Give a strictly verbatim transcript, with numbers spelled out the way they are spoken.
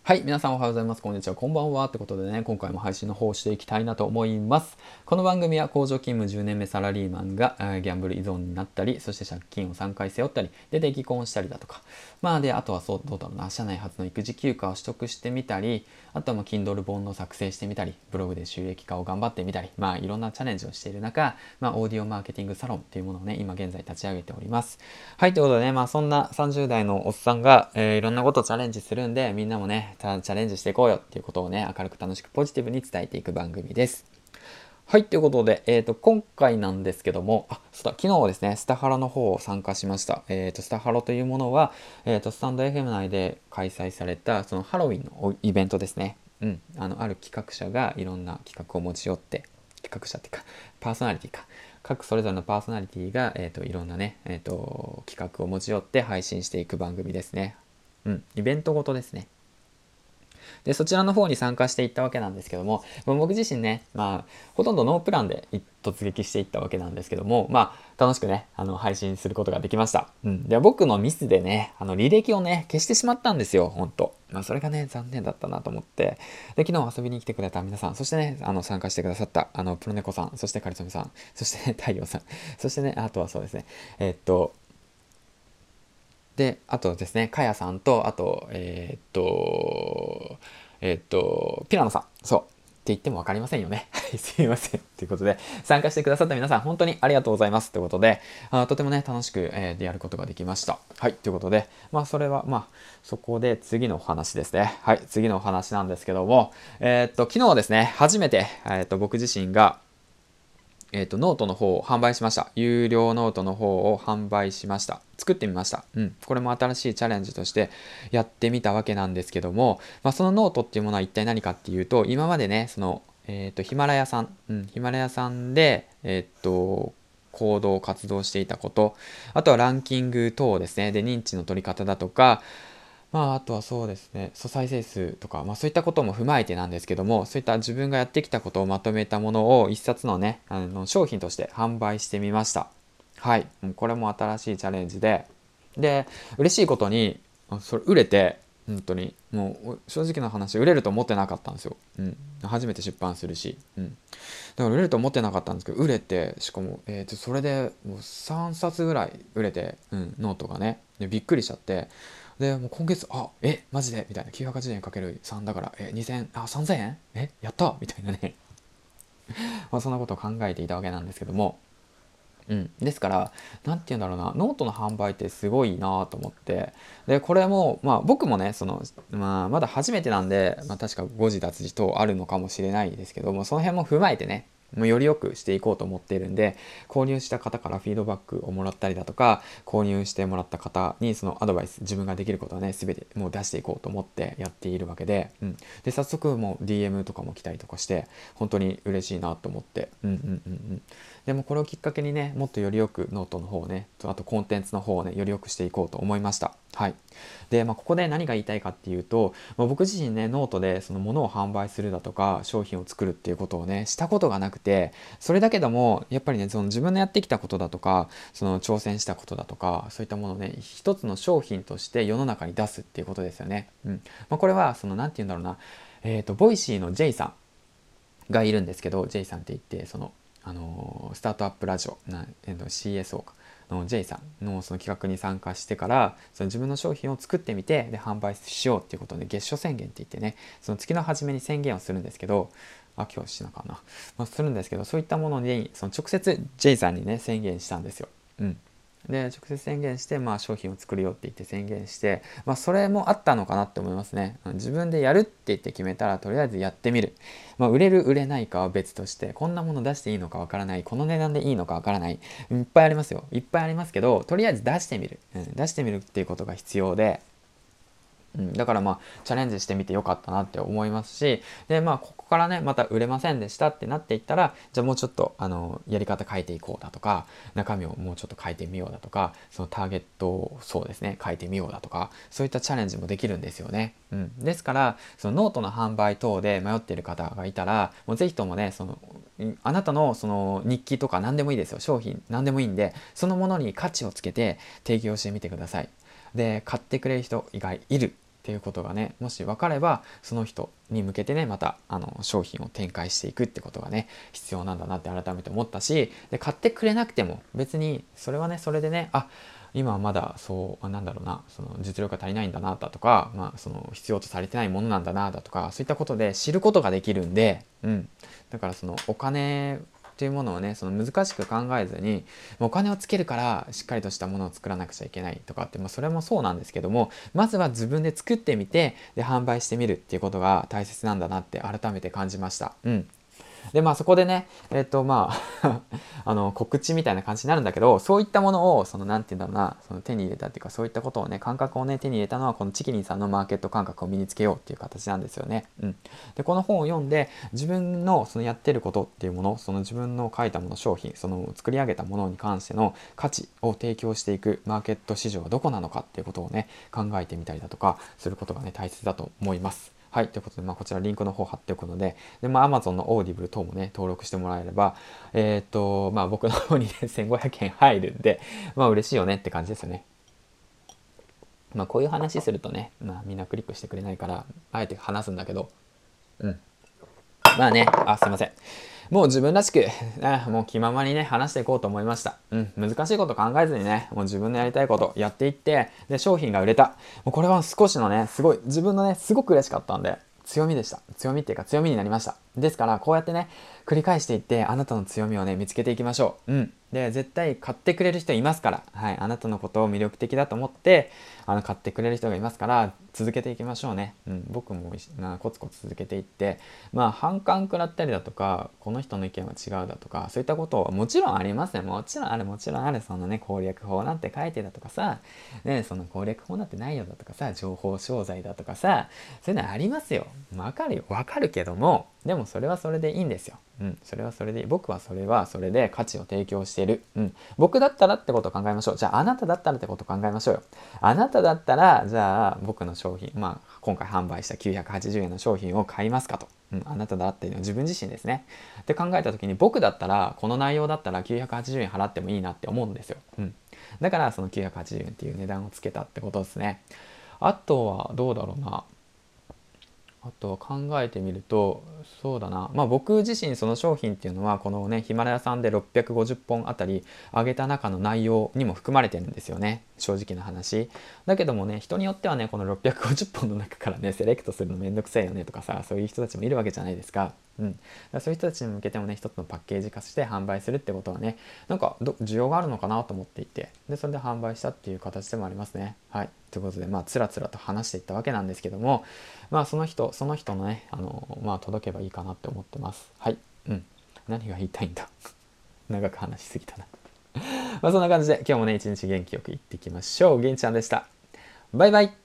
はい、皆さんおはようございます。こんにちは、こんばんは。ってことでね、今回も配信の方をしていきたいなと思います。この番組は工場勤務じゅうねんめサラリーマンが、えーギャンブル依存になったり、そして借金をさんかい背負ったり、で、で、離婚したりだとか、まあで、あとはそう、どうだろうな、社内初の育児休暇を取得してみたり、あとはまあ Kindle 本の作成してみたり、ブログで収益化を頑張ってみたり、まあいろんなチャレンジをしている中、まあオーディオマーケティングサロンっていうものをね、今現在立ち上げております。はい、ということでね、まあそんなさんじゅう代のおっさんが、えーいろんなことをチャレンジするんで、みんなもね、チャレンジしていこうよっていうことをね、明るく楽しくポジティブに伝えていく番組です。はい、ということで、えーと、今回なんですけども、あ、そうだ、昨日ですね、スタハラの方を参加しました。えーと、スタハラというものは、えーと、スタンド エフエム 内で開催された、そのハロウィンのイベントですね。うん、あの、ある企画者がいろんな企画を持ち寄って、企画者っていうか、パーソナリティか。各それぞれのパーソナリティが、えーと、いろんなね、えーと、企画を持ち寄って配信していく番組ですね。うん、イベントごとですね。で、そちらの方に参加していったわけなんですけども、僕自身ね、まあ、ほとんどノープランで突撃していったわけなんですけども、まあ、楽しくね、あの、配信することができました。うん。で、僕のミスでね、あの、履歴をね、消してしまったんですよ、ほんと。まあ、それがね、残念だったなと思って。で、昨日遊びに来てくれた皆さん、そしてね、あの、参加してくださった、あの、プロネコさん、そしてかりそめさん、そしてね、太陽さん、そしてね、あとはそうですね、えーっと、で、あとですね、かやさんと、あと、えーっと、えーっと、ピラノさん。そう。って言っても分かりませんよね。はい、すいません。ということで、参加してくださった皆さん、本当にありがとうございます。ということで、あとてもね、楽しく、えーでやることができました。はい、ということで、まあ、それは、まあ、そこで次のお話ですね。はい、次のお話なんですけども、えーっと、昨日ですね、初めて、えーっと、僕自身が、えっと、ノートの方を販売しました。有料ノートの方を販売しました。作ってみました。うん。これも新しいチャレンジとしてやってみたわけなんですけども、まあ、そのノートっていうものは一体何かっていうと、今までね、その、えっと、ヒマラヤさん、うん、ヒマラヤさんで、えっと、行動、活動していたこと、あとはランキング等ですね、で、認知の取り方だとか、まあ、あとはそうですね、そう再生数とか、まあそういったことも踏まえてなんですけども、そういった自分がやってきたことをまとめたものを一冊のね、あの商品として販売してみました。はい。これも新しいチャレンジで、で、嬉しいことに、それ売れて、本当に、もう正直な話、売れると思ってなかったんですよ。うん。初めて出版するし。うん。だから売れると思ってなかったんですけど、売れて、しかも、えーと、それでもうさんさつぐらい売れて、うん、ノートがね。で、びっくりしちゃって、で、もう今月、あ、え、マジでみたいな。きゅうひゃくはちじゅうえんかけるさんだから、え、にせん、あ、さんぜんえんえ、やったみたいなね。まあ、そんなことを考えていたわけなんですけども、うん、ですから何て言うんだろうな、ノートの販売ってすごいなと思って、でこれもまあ僕もねその、まあ、まだ初めてなんで、まあ、確か誤字脱字等あるのかもしれないですけども、その辺も踏まえてね、もうより良くしていこうと思っているんで、購入した方からフィードバックをもらったりだとか、購入してもらった方にそのアドバイス、自分ができることはね全てもう出していこうと思ってやっているわけで、うん、で早速もう ディーエム とかも来たりとかして本当に嬉しいなと思って、うんうんうんうん、でもこれをきっかけにね、もっとよりよくノートの方をね、あとコンテンツの方をね、よりよくしていこうと思いました。はい。で、まあ、ここで何が言いたいかっていうと、まあ、僕自身ね、ノートでその物を販売するだとか、商品を作るっていうことをね、したことがなくて、それだけども、やっぱりね、その自分のやってきたことだとか、その挑戦したことだとか、そういったものをね、一つの商品として世の中に出すっていうことですよね。うん。まあ、これは、その、なんて言うんだろうな、えっと、ボイシーの J さんがいるんですけど、 J さんって言ってその、あのースタートアップラジオな、えーと シーエスオー かの J さんのその企画に参加してから、その自分の商品を作ってみて、で販売しようっていうことで月初宣言って言ってね、その月の初めに宣言をするんですけど、あ、今日しなかな、まあ、するんですけど、そういったものにその直接 J さんにね宣言したんですよ。うん。で直接宣言して、まあ、商品を作るよって言って宣言して、まあ、それもあったのかなって思いますね。自分でやるって言って決めたらとりあえずやってみる、まあ、売れる売れないかは別として、こんなもの出していいのかわからない、この値段でいいのかわからない、いっぱいありますよ、いっぱいありますけど、とりあえず出してみる、うん、出してみるっていうことが必要で、うん、だからまあチャレンジしてみてよかったなって思いますし、でまあここからねまた売れませんでしたってなっていったら、じゃあもうちょっとあのやり方変えていこうだとか、中身をもうちょっと変えてみようだとか、そのターゲットをそうですね変えてみようだとか、そういったチャレンジもできるんですよね。うん、ですからそのノートの販売等で迷っている方がいたら、もうぜひともね、そのあなたのその日記とか何でもいいですよ、商品何でもいいんで、そのものに価値をつけて提供してみてください。で買ってくれる人がいるっていうことがねもし分かれば、その人に向けてねまたあの商品を展開していくってことがね必要なんだなって改めて思ったし、で買ってくれなくても別にそれはねそれでね、あ今はまだそうなんだろうな、その実力が足りないんだなだとか、まあ、その必要とされてないものなんだなだとか、そういったことで知ることができるんで、うん、だからそのお金っていうものをねその難しく考えずに、お金をつけるからしっかりとしたものを作らなくちゃいけないとかって、まあ、それもそうなんですけども、まずは自分で作ってみてで販売してみるっていうことが大切なんだなって改めて感じました。うん。でまあそこでねえっとまああの告知みたいな感じになるんだけど、そういったものをそのなんて言うんだろうな、その手に入れたっていうか、そういったことをね感覚をね手に入れたのはこのチキリンさんのマーケット感覚を身につけようっていう形なんですよね。うん、でこの本を読んで自分のそのやってることっていうもの、その自分の書いたもの、商品、その作り上げたものに関しての価値を提供していくマーケット市場はどこなのかっていうことをね考えてみたりだとかすることがね大切だと思います。はい、ということで、まあ、こちらリンクの方貼っておくので、で、まあ、Amazon の Audible 等もね、登録してもらえれば、えーっと、まあ、僕の方にね、せんごひゃくえん入るんで、まあ、嬉しいよねって感じですよね。まあ、こういう話するとね、まあ、みんなクリックしてくれないから、あえて話すんだけど、うん。まあね、あ、すいません。もう自分らしく、あもう気ままにね、話していこうと思いました。うん、難しいこと考えずにね、もう自分のやりたいことやっていって、で、商品が売れた。もうこれは少しのね、すごい、自分のね、すごく嬉しかったんで、強みでした。強みっていうか強みになりました。ですから、こうやってね、繰り返していって、あなたの強みをね、見つけていきましょう。うん。で、絶対買ってくれる人いますから、はい、あなたのことを魅力的だと思って、あの、買ってくれる人がいますから、続けていきましょうね。うん、僕もなコツコツ続けていって、まあ、反感食らったりだとか、この人の意見は違うだとか、そういったことはもちろんありますね。もちろんある、もちろんある。そのね、攻略法なんて書いてだとかさ、ね、その攻略法なんてないよだとかさ、情報商材だとかさ、そういうのありますよ。わかるよ。わかるけども、でもそれはそれでいいんですよ。うん、それはそれでいい。僕はそれはそれで価値を提供している。うん、僕だったらってことを考えましょう。じゃああなただったらってことを考えましょうよ。あなただったら、じゃあ僕の商品、まあ今回販売したきゅうひゃくはちじゅうえんの商品を買いますかと。うん、あなただっていうのは自分自身ですね。って考えた時に、僕だったらこの内容だったらきゅうひゃくはちじゅうえん払ってもいいなって思うんですよ。うん、だからそのきゅうひゃくはちじゅうえんっていう値段をつけたってことですね。あとはどうだろうな。あと考えてみると、そうだな、まあ僕自身その商品っていうのはこのねヒマラヤさんでろっぴゃくごじゅっぽんあたり上げた中の内容にも含まれてるんですよね、正直な話。だけどもね、人によってはねこのろっぴゃくごじゅっぽんの中からねセレクトするのめんどくさいよねとかさ、そういう人たちもいるわけじゃないですか。うん、だからそういう人たちに向けてもね一つのパッケージ化して販売するってことはね、なんかど需要があるのかなと思っていて、でそれで販売したっていう形でもありますね。はい、ということでまあつらつらと話していったわけなんですけども、まあその人その人のねあのまあ届けばいいかなって思ってます。はい、うん、何が言いたいんだ長く話しすぎたなまあそんな感じで今日もね一日元気よくいっていきましょう。げんちゃんでした。バイバイ。